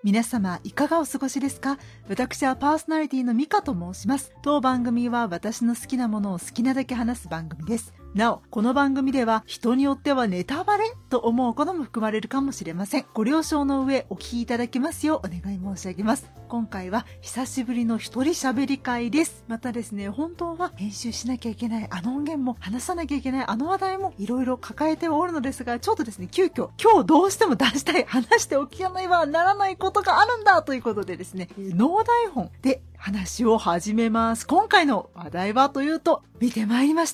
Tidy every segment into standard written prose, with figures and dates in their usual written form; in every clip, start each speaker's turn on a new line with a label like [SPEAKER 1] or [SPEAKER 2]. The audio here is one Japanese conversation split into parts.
[SPEAKER 1] 皆様いかがお過ごしですか？私はパーソナリティのミカと申します。当番組は私の好きなものを好きなだけ話す番組です。なお、この番組では人によってはネタバレと思うことも含まれるかもしれません。ご了承の上お聞きいただけますようお願い申し上げます。今回は久しぶりの一人喋り会です。またですね、本当は編集しなきゃいけないあの音源も話さなきゃいけないあの話題もいろいろ抱えておるのですが、ちょっとですね、急遽今日どうしても出したい、話しておきがないはならないことがあるんだということでですね、ノー台本で話を始めます。今回の話題はというと、見てまいりました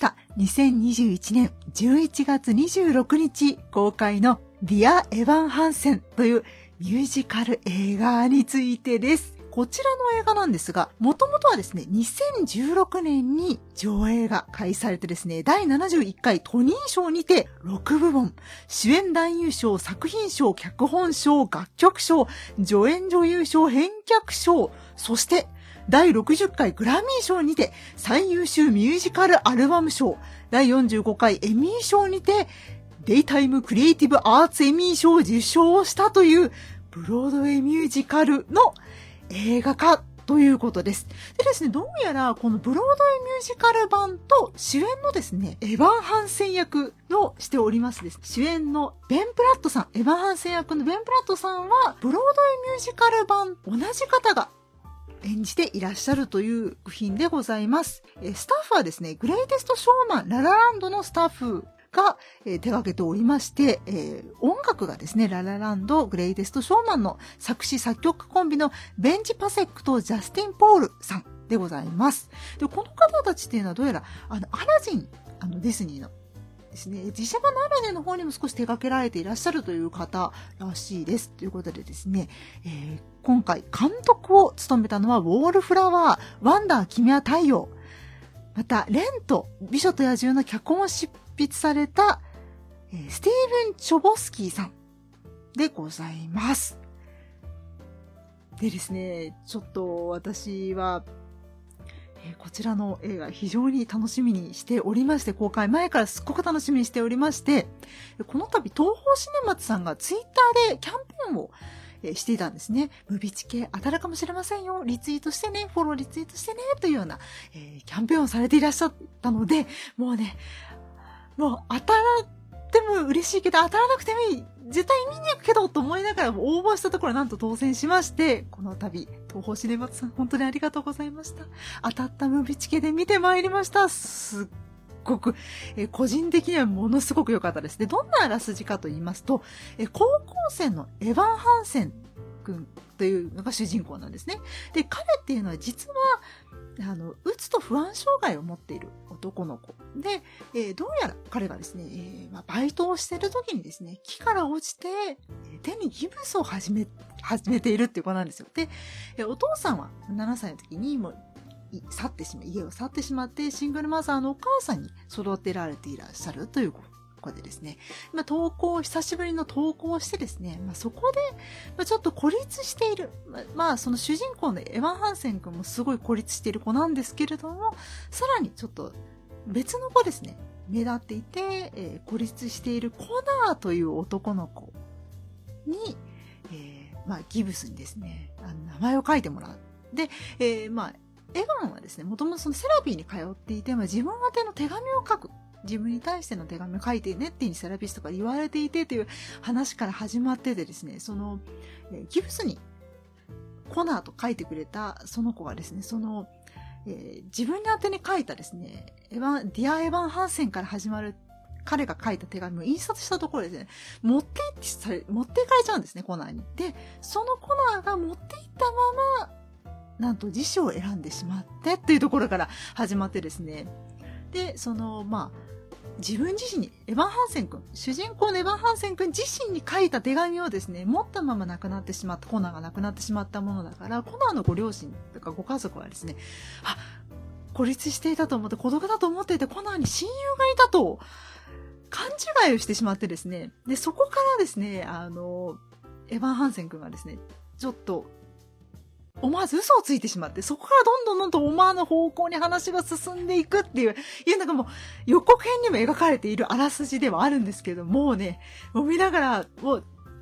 [SPEAKER 1] 。2021年11月26日公開のディア・エヴァン・ハンセンというミュージカル映画についてです。こちらの映画なんですが、もともとはですね、2016年に上映が開始されてですね、第71回トニー賞にて6部門、主演男優賞、作品賞、脚本賞、楽曲賞、助演女優賞、編脚賞、そして第60回グラミー賞にて最優秀ミュージカルアルバム賞、第45回エミー賞にてデイタイムクリエイティブアーツエミー賞を受賞したというブロードウェイミュージカルの映画化ということです。でですね、どうやらこのブロードウェイミュージカル版と主演のですね、エヴァン・ハンセン役のしておりますです。主演のベン・プラットさん、エヴァン・ハンセン役のベン・プラットさんはブロードウェイミュージカル版同じ方が演じていらっしゃるという作品でございます。スタッフはですね、グレイテストショーマンララランドのスタッフが手掛けておりまして、音楽がですね、ララランドグレイテストショーマンの作詞作曲コンビのベンジ・パセックとジャスティン・ポールさんでございます。で、この方たちっていうのはどうやらアラジン、ディズニーのですね、実写版のアラジンの方にも少し手掛けられていらっしゃるという方らしいです。ということでですね、今回監督を務めたのはウォールフラワー、ワンダー君は太陽、またレント、美女と野獣の脚本を執筆された、スティーブン・チョボスキーさんでございます。でですね、ちょっと私はこちらの映画非常に楽しみにしておりまして、公開前からすっごく楽しみにしておりまして、この度東宝シネマツさんがツイッターでキャンペーンをしていたんですね。ムビチケ当たるかもしれませんよ。リツイートしてね、フォローリツイートしてね、というような、キャンペーンをされていらっしゃったので、もう当たっても嬉しいけど当たらなくてもいい。絶対見に行くけどと思いながら応募したところなんと当選しまして、この度、東宝シネマツさん本当にありがとうございました。当たったムビチケで見てまいりました。すっごく、個人的にはものすごく良かったです。で、どんなあらすじかと言いますと、高校生のエヴァン・ハンセン君というのが主人公なんですね。で、彼っていうのは実は、うつと不安障害を持っている男の子で、どうやら彼がですね、バイトをしている時にですね、木から落ちて、手にギブスを始めているっていう子なんですよ。で、お父さんは7歳の時にもう家を去ってしまって、シングルマザーのお母さんに育てられていらっしゃるという子でですね、久しぶりの登校してですね、そこで、ちょっと孤立している。その主人公のエヴァン・ハンセン君もすごい孤立している子なんですけれども、さらにちょっと別の子ですね、目立っていて、孤立しているコナーという男の子に、ギブスにですね、名前を書いてもらう。で、エヴァンはですね、もともとそのセラピーに通っていて、自分宛ての手紙を書く。自分に対しての手紙を書いてねってセラピストが言われていてという話から始まってでですね、そのギブスにコナーと書いてくれたその子がですね、自分に宛てに書いたですね、ディア・エヴァン・ハンセンから始まる彼が書いた手紙を印刷したところですね、持っていかれちゃうんですね、コナーに。で、そのコナーが持っていったまま、なんと辞書を選んでしまってっていうところから始まってですね、で、自分自身に、エヴァン・ハンセン君、主人公のエヴァン・ハンセン君自身に書いた手紙をですね、持ったまま亡くなってしまった、コナーが亡くなってしまったものだから、コナーのご両親とかご家族はですね、孤立していたと思って、孤独だと思っていて、コナーに親友がいたと、勘違いをしてしまってですね、で、そこからですね、エヴァン・ハンセン君がですね、ちょっと、思わず嘘をついてしまって、そこからどんどん思わぬ方向に話が進んでいくっていう、なんかもう予告編にも描かれているあらすじではあるんですけど、もう見ながら、もう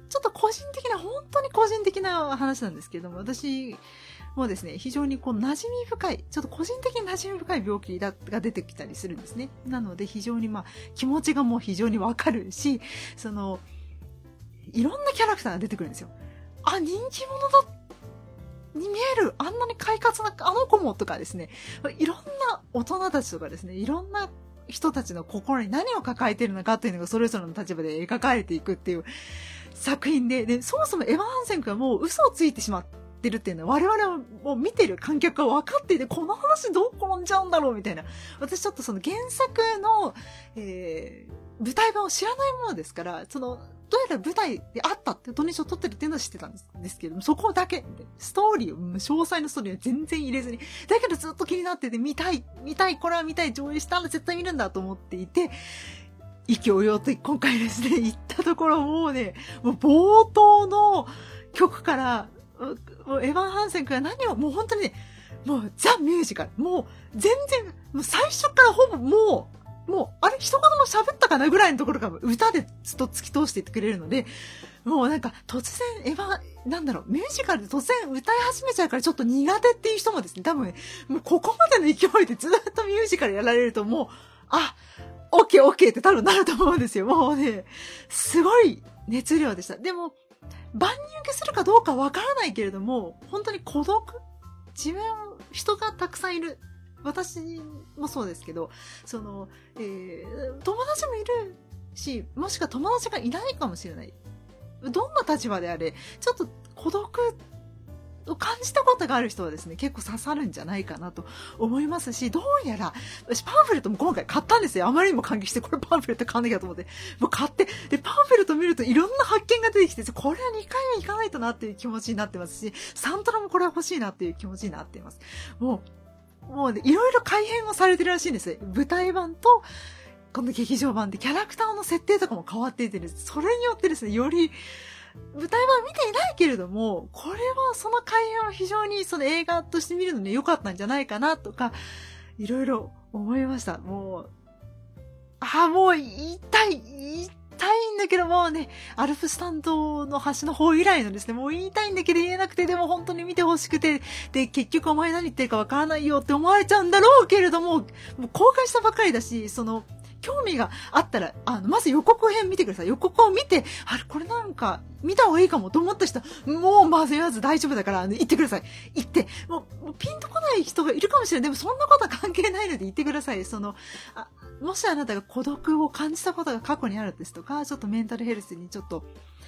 [SPEAKER 1] ちょっと本当に個人的な話なんですけれども、私もですね、非常に馴染み深い、ちょっと個人的に馴染み深い病気が出てきたりするんですね。なので非常に気持ちがもう非常にわかるし、いろんなキャラクターが出てくるんですよ。あ、人気者だに見える、あんなに快活なあの子もとかですね、いろんな大人たちとかですね、いろんな人たちの心に何を抱えているのかっていうのがそれぞれの立場で描かれていくっていう作品で、そもそもエヴァン・ハンセン君はもう嘘をついてしまってるっていうのは我々はもう見てる観客が分かっていて、この話どう転んじゃうんだろうみたいな。私ちょっとその原作の、舞台版を知らないものですから、どうやら舞台であったってトニー賞を撮ってるっていうのは知ってたんですけれども、そこだけ、ストーリーを、詳細のストーリーは全然入れずに、だけどずっと気になってて、見たい、これは見たい、上映したら絶対見るんだと思っていて、意気揚々と今回ですね、行ったところもうね、もう冒頭の曲から、もうエヴァン・ハンセン君が何を、もう本当にね、もうザ・ミュージカル、もう全然、もう最初からほぼもう、あれ一言も喋ったかなぐらいのところから歌でずっと突き通していってくれるので、もうなんか突然ミュージカルで突然歌い始めちゃうからちょっと苦手っていう人もですね、多分、もうここまでの勢いでずっとミュージカルやられるともう、オッケーって多分なると思うんですよ。もうね、すごい熱量でした。でも、万人受けするかどうかわからないけれども、本当に孤独？人がたくさんいる。私もそうですけど、友達もいるし、もしくは友達がいないかもしれない。どんな立場であれ、ちょっと孤独を感じたことがある人はですね、結構刺さるんじゃないかなと思いますし、どうやら、私パンフレットも今回買ったんですよ。あまりにも感激して、これパンフレット買わなきゃと思って。もう買って、で、パンフレット見るといろんな発見が出てきて、これは2回目行かないとなっていう気持ちになってますし、サントラもこれは欲しいなっていう気持ちになっています。もうね、いろいろ改変もされてるらしいんですよ。舞台版と、この劇場版でキャラクターの設定とかも変わっていてです。それによってですね、より、舞台版見ていないけれども、これはその改変は非常にその映画として見るのに良かったんじゃないかなとか、いろいろ思いました。もう言いたいんだけどもね、アルプスタンドの端の方以来のですね、もう言いたいんだけど言えなくて、でも本当に見てほしくて、で、結局お前何言ってるかわからないよって思われちゃうんだろうけれども、もう公開したばかりだし、興味があったら、まず予告編見てください。予告を見て、これなんか、見た方がいいかもと思った人、もうまず大丈夫だから、言ってください。言って、もうピンとこない人がいるかもしれない。でもそんなことは関係ないので言ってください。もしあなたが孤独を感じたことが過去にあるですとか、ちょっとメンタルヘルスにちょっと、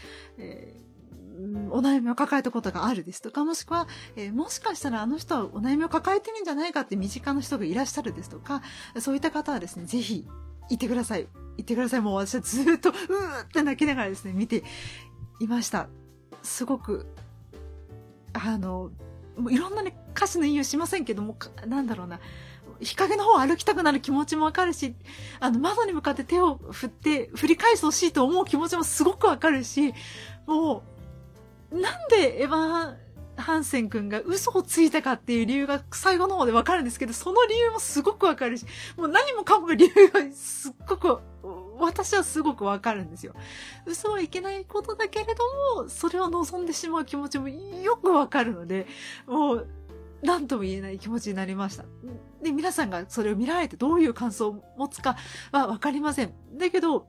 [SPEAKER 1] お悩みを抱えたことがあるですとか、もしくは、もしかしたらあの人はお悩みを抱えてるんじゃないかって身近な人がいらっしゃるですとか、そういった方はですね、ぜひ言ってください。もう私はずっと、って泣きながらですね、見ていました。すごく、もういろんなね、歌詞の引用しませんけども、なんだろうな、日陰の方を歩きたくなる気持ちもわかるし、窓に向かって手を振り返してほしいと思う気持ちもすごくわかるし、もう、なんでエヴァン・ハンセン君が嘘をついたかっていう理由が最後の方でわかるんですけど、その理由もすごくわかるし、もう何もかも理由がすっごく、私はすごくわかるんですよ。嘘はいけないことだけれども、それを望んでしまう気持ちもよくわかるので、もう、何とも言えない気持ちになりました。で、皆さんがそれを見られてどういう感想を持つかはわかりません。だけど、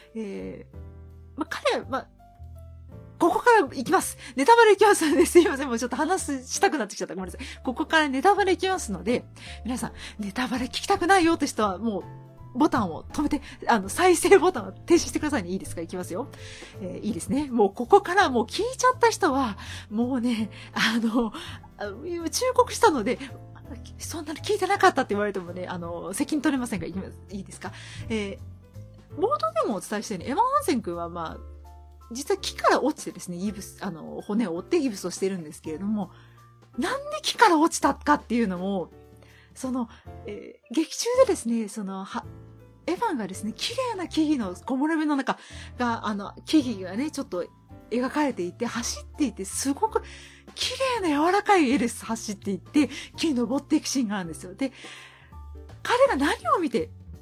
[SPEAKER 1] 彼は、ここから行きます。ネタバレ行きますので、すいません。もうちょっとしたくなってきちゃった。ごめんなさい。ここからネタバレ行きますので、皆さん、ネタバレ聞きたくないよって人は、もう、ボタンを止めて、再生ボタンを停止してくださいね。いいですか？いきますよ。いいですね。もうここからもう聞いちゃった人は、もうね、忠告したので、そんなの聞いてなかったって言われてもね、責任取れませんが、いいですか？冒頭でもお伝えしたように、エヴァン・ハンセン君は実は木から落ちてですね、骨を折ってギブスをしているんですけれども、なんで木から落ちたかっていうのも、劇中でですね、エヴァンがですね、綺麗な木々の木漏れ日の中が、木々がね、ちょっと描かれていて、走っていて、すごく綺麗な柔らかい絵です走っていって、木に登っていくシーンがあるんですよ。で、彼が何を見て、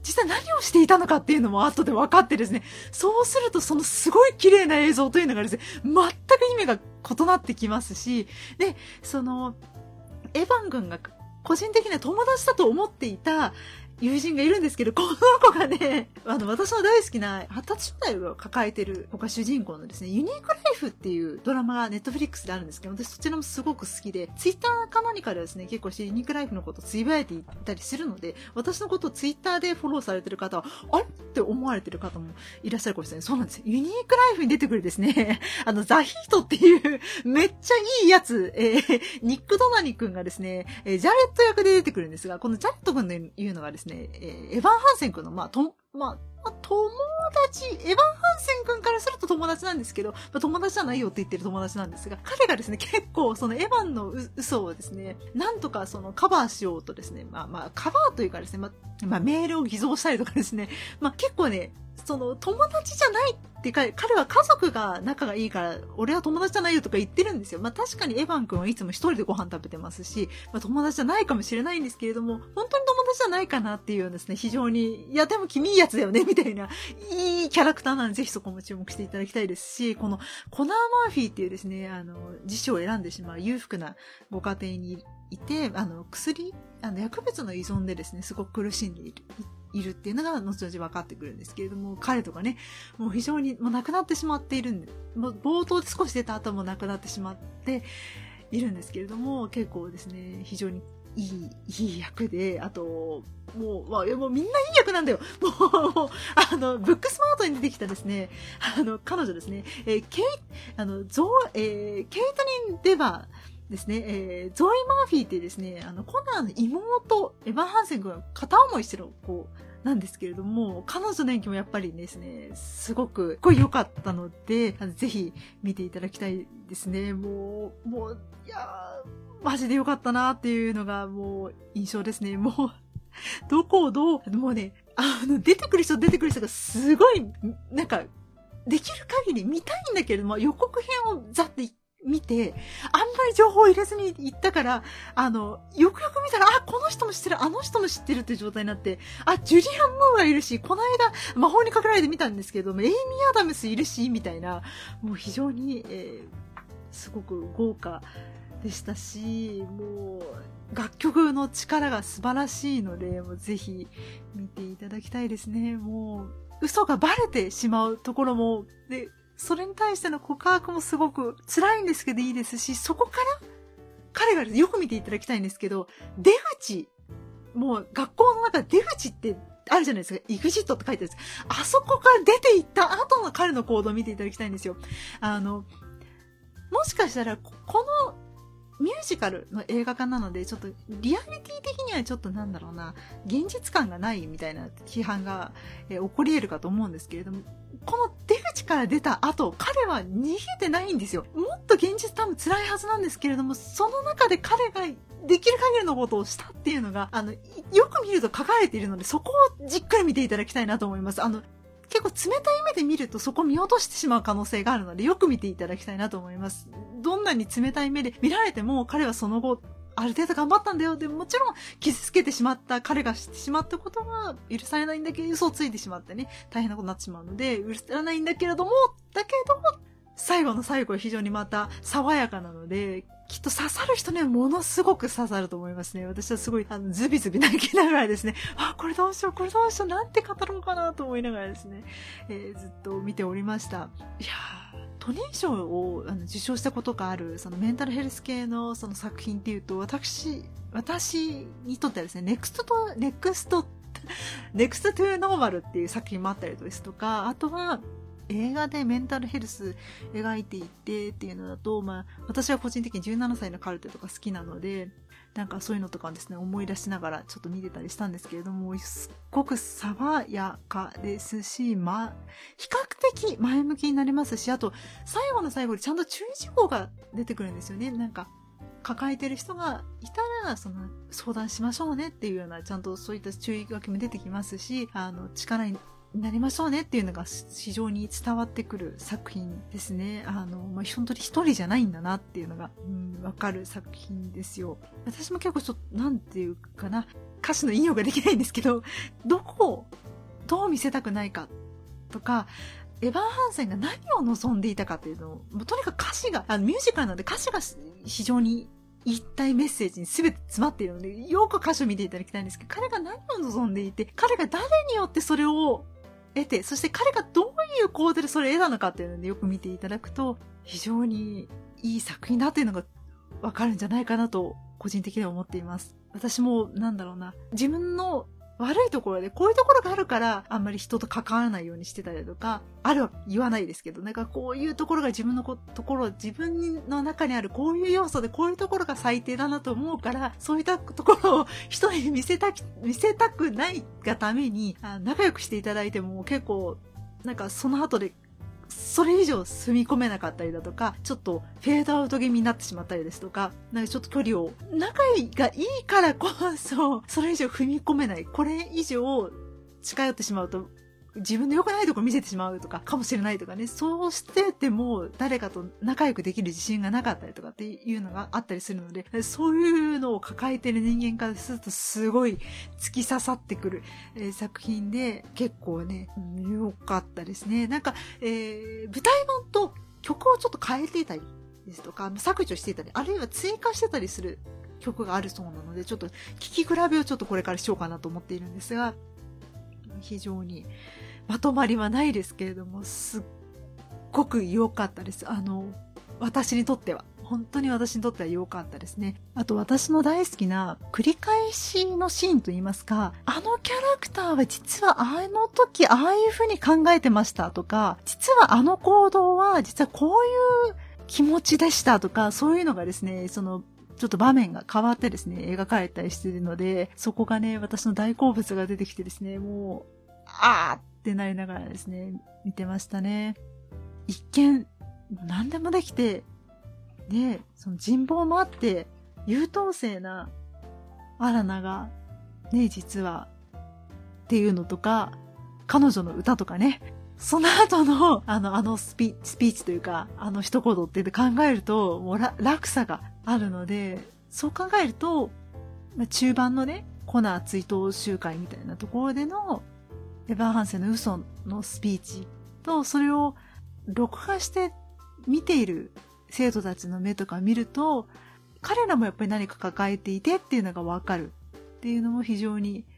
[SPEAKER 1] 実際何をしていたのかっていうのも後で分かってですね、そうするとそのすごい綺麗な映像というのがですね、全く意味が異なってきますし、で、その、エヴァン軍が個人的には友達だと思っていた友人がいるんですけど、この子がね、私の大好きな発達障害を抱えてる子が主人公のですね、ユニークライフっていうドラマがネットフリックスであるんですけど、私そちらもすごく好きで、ツイッターか何かでですね、結構ユニークライフのことをつぶやいていたりするので、私のことをツイッターでフォローされてる方は、あれって思われてる方もいらっしゃるかもしれない。そうなんですよ。ユニークライフに出てくるですね、ザヒートっていう、めっちゃいいやつ、ニック・ドナニ君がですね、ジャレット役で出てくるんですが、このジャレット君というのがですね、エヴァン・ハンセン君の、友達、エヴァン・ハンセン君からすると友達なんですけど、友達じゃないよって言ってる友達なんですが、彼がですね、結構そのエヴァンの嘘をですね、なんとかそのカバーしようとですね、カバーというかですね、メールを偽造したりとかですね、結構ね、その友達じゃないって彼は家族が仲がいいから俺は友達じゃないよとか言ってるんですよ。確かにエヴァン君はいつも一人でご飯食べてますし、友達じゃないかもしれないんですけれども、本当に友達じゃないかなっていうですね、非常に、いやでも君いいやつだよねみたいないいキャラクターなんで、ぜひそこも注目していただきたいですし、このコナー・マーフィーっていうですね、自死を選んでしまう裕福なご家庭にいて、薬物の依存でですね、すごく苦しんでいるっていうのが後々分かってくるんですけれども、彼とかね、もう非常にもう亡くなってしまっているんで、もう冒頭で少し出た後も亡くなってしまっているんですけれども、結構ですね、非常にいい役で、あと、もうみんないい役なんだよ。もう、ブックスマートに出てきたですね、彼女ですね、ケイトリン・デバーですね、ゾイ・マーフィーってですね、コナーの妹、エヴァン・ハンセン君が片思いしてる子なんですけれども、彼女の演技もやっぱりですね、すごく良かったので、ぜひ見ていただきたいですね。もう、いやー、マジで良かったなっていうのがもう印象ですね。もう、もうね、出てくる人がすごい、なんか、できる限り見たいんだけれども、予告編をざって見て、あんまり情報を入れずに行ったから、よくよく見たら、この人も知ってる、あの人も知ってるっていう状態になって、ジュリアン・ムーアいるし、この間、魔法にかけられて見たんですけども、エイミー・アダムスいるし、みたいな、もう非常に、すごく豪華でしたし、もう、楽曲の力が素晴らしいので、もうぜひ見ていただきたいですね。もう、嘘がバレてしまうところも、で、それに対しての告白もすごく辛いんですけどいいですし、そこから彼がよく見ていただきたいんですけど、出口、もう学校の中で出口ってあるじゃないですか。エグジットって書いてあるんです。あそこから出ていった後の彼の行動を見ていただきたいんですよ。もしかしたらこのミュージカルの映画化なので、ちょっとリアリティ的にはちょっと現実感がないみたいな批判が、起こり得るかと思うんですけれども、この出口から出た後、彼は逃げてないんですよ。もっと現実多分辛いはずなんですけれども、その中で彼ができる限りのことをしたっていうのが、よく見ると書かれているので、そこをじっくり見ていただきたいなと思います。結構冷たい目で見るとそこ見落としてしまう可能性があるので、よく見ていただきたいなと思います。どんなに冷たい目で見られても、彼はその後、ある程度頑張ったんだよ。でももちろん、傷つけてしまった、彼がしてしまったことは許されないんだけど、嘘をついてしまってね、大変なことになってしまうので、許されないんだけれども、最後の最後は非常にまた爽やかなので、きっと刺さる人ね、ものすごく刺さると思いますね。私はすごい、ズビズビ泣きながらですね、これどうしよう、なんて語ろうかなと思いながらですね、ずっと見ておりました。いやー、トニー賞を受賞したことがある、そのメンタルヘルス系のその作品っていうと、私にとってはですね、ネクストトゥーノーマルっていう作品もあったりですとか、あとは、映画でメンタルヘルス描いていてっていうのだと、私は個人的に17歳のカルテとか好きなので、そういうのとかをですね、思い出しながらちょっと見てたりしたんですけれども、すっごく爽やかですし、比較的前向きになりますし、あと、最後の最後でちゃんと注意事項が出てくるんですよね。抱えてる人がいたら、相談しましょうねっていうような、ちゃんとそういった注意書きも出てきますし、力になりましょうねっていうのが非常に伝わってくる作品ですね。本当に一人じゃないんだなっていうのが、わかる作品ですよ。私も結構なんていうかな、 歌詞の引用ができないんですけど、どこをどう見せたくないかとか、エヴァン・ハンセンが何を望んでいたかっていうのを、もうとにかく歌詞が、ミュージカルなので歌詞が非常に言いたいメッセージに全て詰まっているので、よく歌詞を見ていただきたいんですけど、彼が何を望んでいて、彼が誰によってそれを得て、そして彼がどういう行動でそれを得たのかっていうのでよく見ていただくと、非常にいい作品だっていうのがわかるんじゃないかなと、個人的には思っています。私も、自分の悪いところで、こういうところがあるから、あんまり人と関わらないようにしてたりとか、あるは言わないですけど、こういうところが自分の自分の中にあるこういう要素で、こういうところが最低だなと思うから、そういったところを人に見せたくないがために、仲良くしていただいても結構、その後で、それ以上踏み込めなかったりだとか、ちょっとフェードアウト気味になってしまったりですとか、ちょっと距離を、仲がいいからこそ、それ以上踏み込めない。これ以上近寄ってしまうと、自分の良くないとこ見せてしまうとか、かもしれないとかね。そうしてても、誰かと仲良くできる自信がなかったりとかっていうのがあったりするので、そういうのを抱えてる人間からするとすごい突き刺さってくる、作品で、結構ね、良かったですね。舞台版と曲をちょっと変えていたりですとか、削除していたり、あるいは追加してたりする曲があるそうなので、ちょっと聴き比べをちょっとこれからしようかなと思っているんですが、非常にまとまりはないですけれども、すっごく良かったです。私にとっては。本当に私にとっては良かったですね。あと私の大好きな繰り返しのシーンといいますか、あのキャラクターは実はあの時ああいう風に考えてましたとか、実はあの行動は実はこういう気持ちでしたとか、そういうのがですね、ちょっと場面が変わってですね、描かれたりしているので、そこがね、私の大好物が出てきてですね、もう、あーってなりながらですね、見てましたね。一見、何でもできて、で、その人望もあって、優等生なアラナが、ね、実は、っていうのとか、彼女の歌とかね、その後の、スピーチというか、一言って考えると、もう落差があるので、そう考えると、中盤のね、コナー追悼集会みたいなところでの、エヴァン・ハンセンの嘘のスピーチと、それを録画して見ている生徒たちの目とか見ると、彼らもやっぱり何か抱えていてっていうのがわかるっていうのも非常に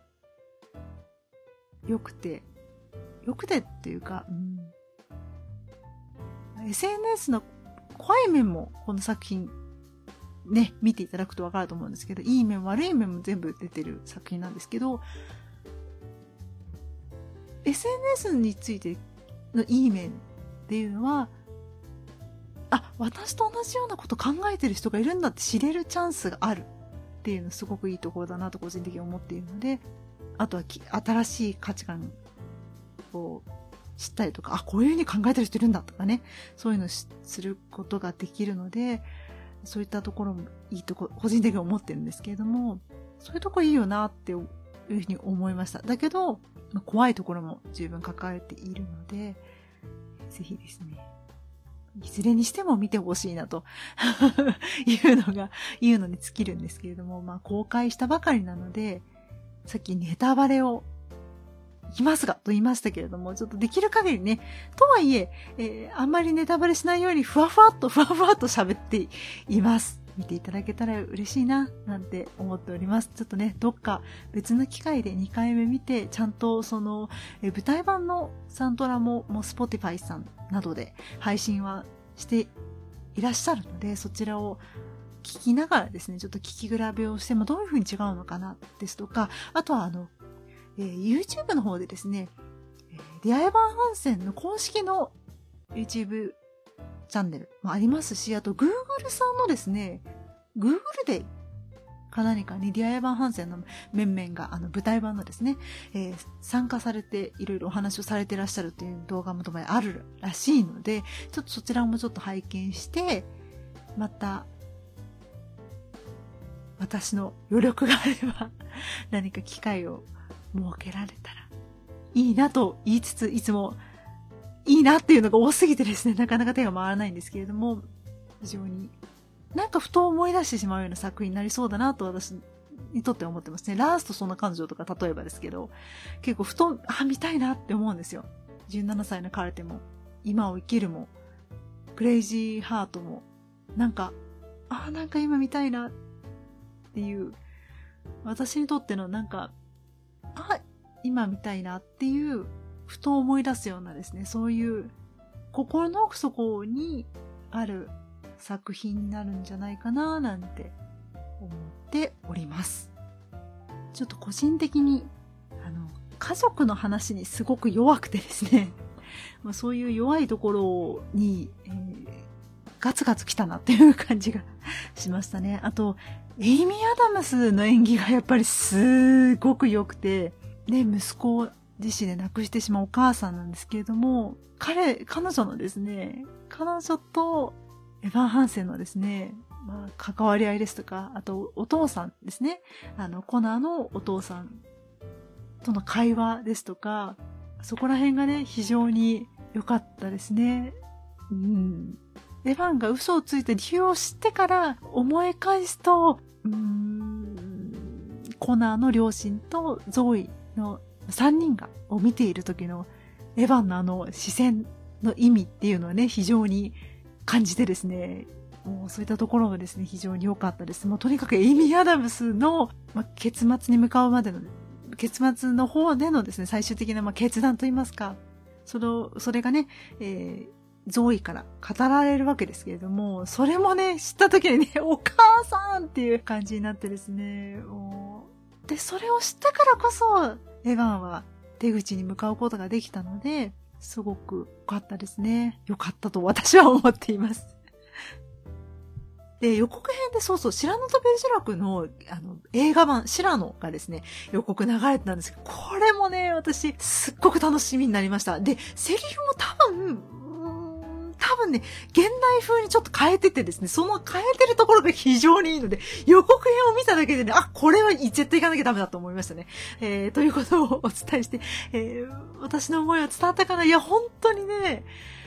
[SPEAKER 1] 良くてっていうか、SNS の怖い面もこの作品ね、見ていただくとわかると思うんですけど、いい面悪い面も全部出てる作品なんですけど、SNS についてのいい面っていうのは、私と同じようなこと考えてる人がいるんだって知れるチャンスがあるっていうのすごくいいところだなと個人的に思っているので、あとは新しい価値観を知ったりとか、こういうふうに考えてる人いるんだとかね、そういうのをすることができるので、そういったところもいいところ、個人的に思ってるんですけれども、そういうところいいよなっていうふうに思いました。だけど、怖いところも十分抱えているので、ぜひですね、いずれにしても見てほしいなというのに尽きるんですけれども、公開したばかりなので、さっきネタバレをいきますがと言いましたけれども、ちょっとできる限りね、とはいえ、あんまりネタバレしないようにふわふわっと喋っています。見ていただけたら嬉しいな、なんて思っております。ちょっとね、どっか別の機会で2回目見て、ちゃんと舞台版のサントラもSpotify さんなどで配信はしていらっしゃるので、そちらを聞きながらですね、ちょっと聞き比べをしてもどういう風に違うのかなですとか、あとはYouTube の方でですね、ディアエヴァン・ハンセンの公式の YouTube チャンネルもありますし、あと Google さんのですね、Google でか何かにディアエヴァン・ハンセンの面々が舞台版のですね、参加されていろいろお話をされていらっしゃるという動画もともにあるらしいので、ちょっとそちらもちょっと拝見して、また私の余力があれば何か機会を設けられたらいいなと言いつつ、いつもいいなっていうのが多すぎてですね、なかなか手が回らないんですけれども、非常にふと思い出してしまうような作品になりそうだなと私にとって思ってますね。ラーストそんな彼女とか例えばですけど、結構ふと、見たいなって思うんですよ。17歳の彼でも、今を生きるも、クレイジーハートも、なんか今見たいなっていう、私にとっての今見たいなっていう、ふと思い出すようなですね、そういう心の奥底にある作品になるんじゃないかななんて思っております。ちょっと個人的に家族の話にすごく弱くてですねそういう弱いところに、ガツガツ来たなっていう感じがしましたね。あとエイミー・アダムスの演技がやっぱりすごく良くて、ね、息子を自身で亡くしてしまうお母さんなんですけれども、彼女のですね、彼女とエヴァン・ハンセンのですね、関わり合いですとか、あとお父さんですね、コナーのお父さんとの会話ですとか、そこら辺がね、非常に良かったですね。エヴァンが嘘をついた理由を知ってから思い返すと、コナーの両親とゾーイの3人を見ている時のエヴァンの視線の意味っていうのはね、非常に感じてですね、もうそういったところがですね、非常に良かったです。もうとにかくエイミー・アダムスの、結末に向かうまでの、結末の方でのですね、最終的な決断といいますか、それがね、ゾーイから語られるわけですけれども、それもね、知った時にね、お母さんっていう感じになってですね、で、それを知ったからこそ、エヴァンは出口に向かうことができたので、すごく良かったですね。良かったと私は思っています。で、予告編でシラノとベルジュラクの、映画版、シラノがですね、予告流れてたんですけど、これもね、私、すっごく楽しみになりました。で、セリフも多分ね、現代風にちょっと変えててですね、その変えてるところが非常にいいので、予告編を見ただけでね、これは絶対行かなきゃダメだと思いましたね。ということをお伝えして、私の思いは伝わったかな。いや、本当にね、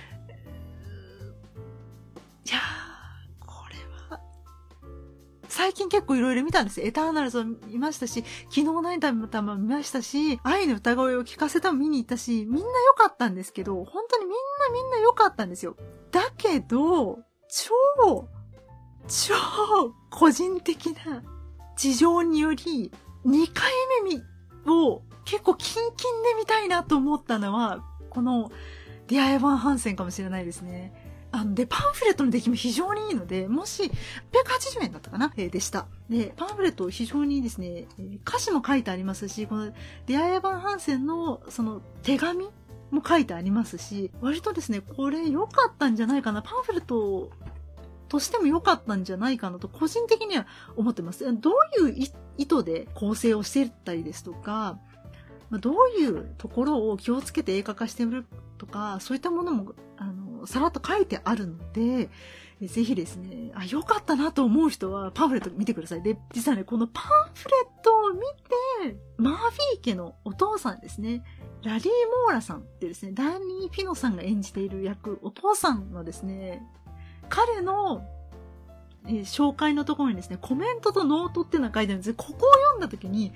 [SPEAKER 1] 最近結構いろいろ見たんですよ。エターナルズを見ましたし、昨日のエンタメも見ましたし、愛の歌声を聞かせたも見に行ったし、みんな良かったんですけど、本当にみんな良かったんですよ。だけど、超個人的な事情により、2回目を結構キンキンで見たいなと思ったのは、このディア・エヴァン・ハンセンかもしれないですね。で、パンフレットの出来も非常にいいので、もし、880円だったかな、でした。で、パンフレット非常にですね、歌詞も書いてありますし、このディア・エヴァン・ハンセンのその手紙も書いてありますし、割とですね、これ良かったんじゃないかな、パンフレットとしても良かったんじゃないかなと個人的には思ってます。どういう意図で構成をしていったりですとか、どういうところを気をつけて映画化してるとか、そういったものもさらっと書いてあるので、ぜひですね、良かったなと思う人はパンフレット見てください。で、実はね、このパンフレットを見て、マーフィー家のお父さんですね、ラリー・モーラさんってですね、ダニー・ピノさんが演じている役、お父さんのですね、彼の、紹介のところにですね、コメントとノートっていうのが書いてあるんです。ここを読んだときに、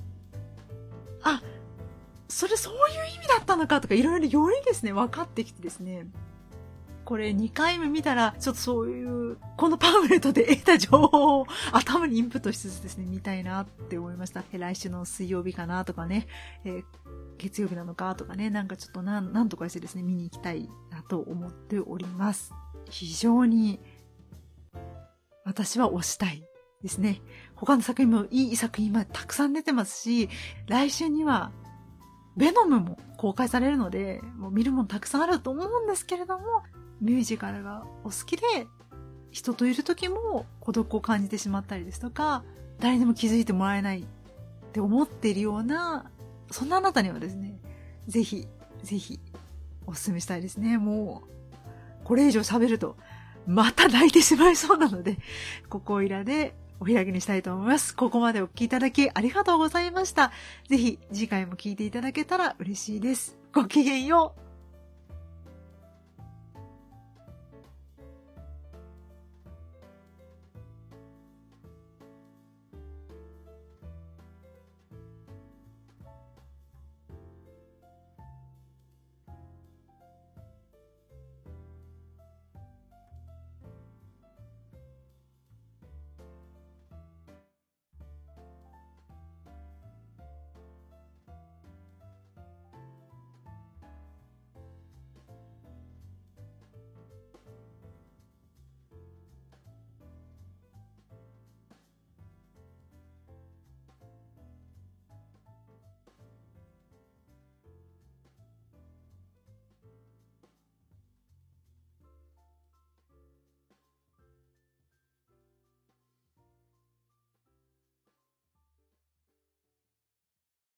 [SPEAKER 1] そういう意味だったのかとか、いろいろよりですね、分かってきてですね、これ2回目見たら、ちょっとそういう、このパンフレットで得た情報を頭にインプットしつつですね、見たいなって思いました。来週の水曜日かなとかね、月曜日なのかとかね、なんかちょっとなんとかしてですね、見に行きたいなと思っております。非常に、私は推したいですね。他の作品もいい作品今たくさん出てますし、来週には、ベノムも公開されるので、もう見るものたくさんあると思うんですけれども、ミュージカルがお好きで、人といる時も孤独を感じてしまったりですとか、誰にも気づいてもらえないって思っているような、そんなあなたにはですね、ぜひ、お勧めしたいですね。もう、これ以上喋ると、また泣いてしまいそうなので、ここいらでお開きにしたいと思います。ここまでお聞きいただきありがとうございました。ぜひ次回も聞いていただけたら嬉しいです。ごきげんよう。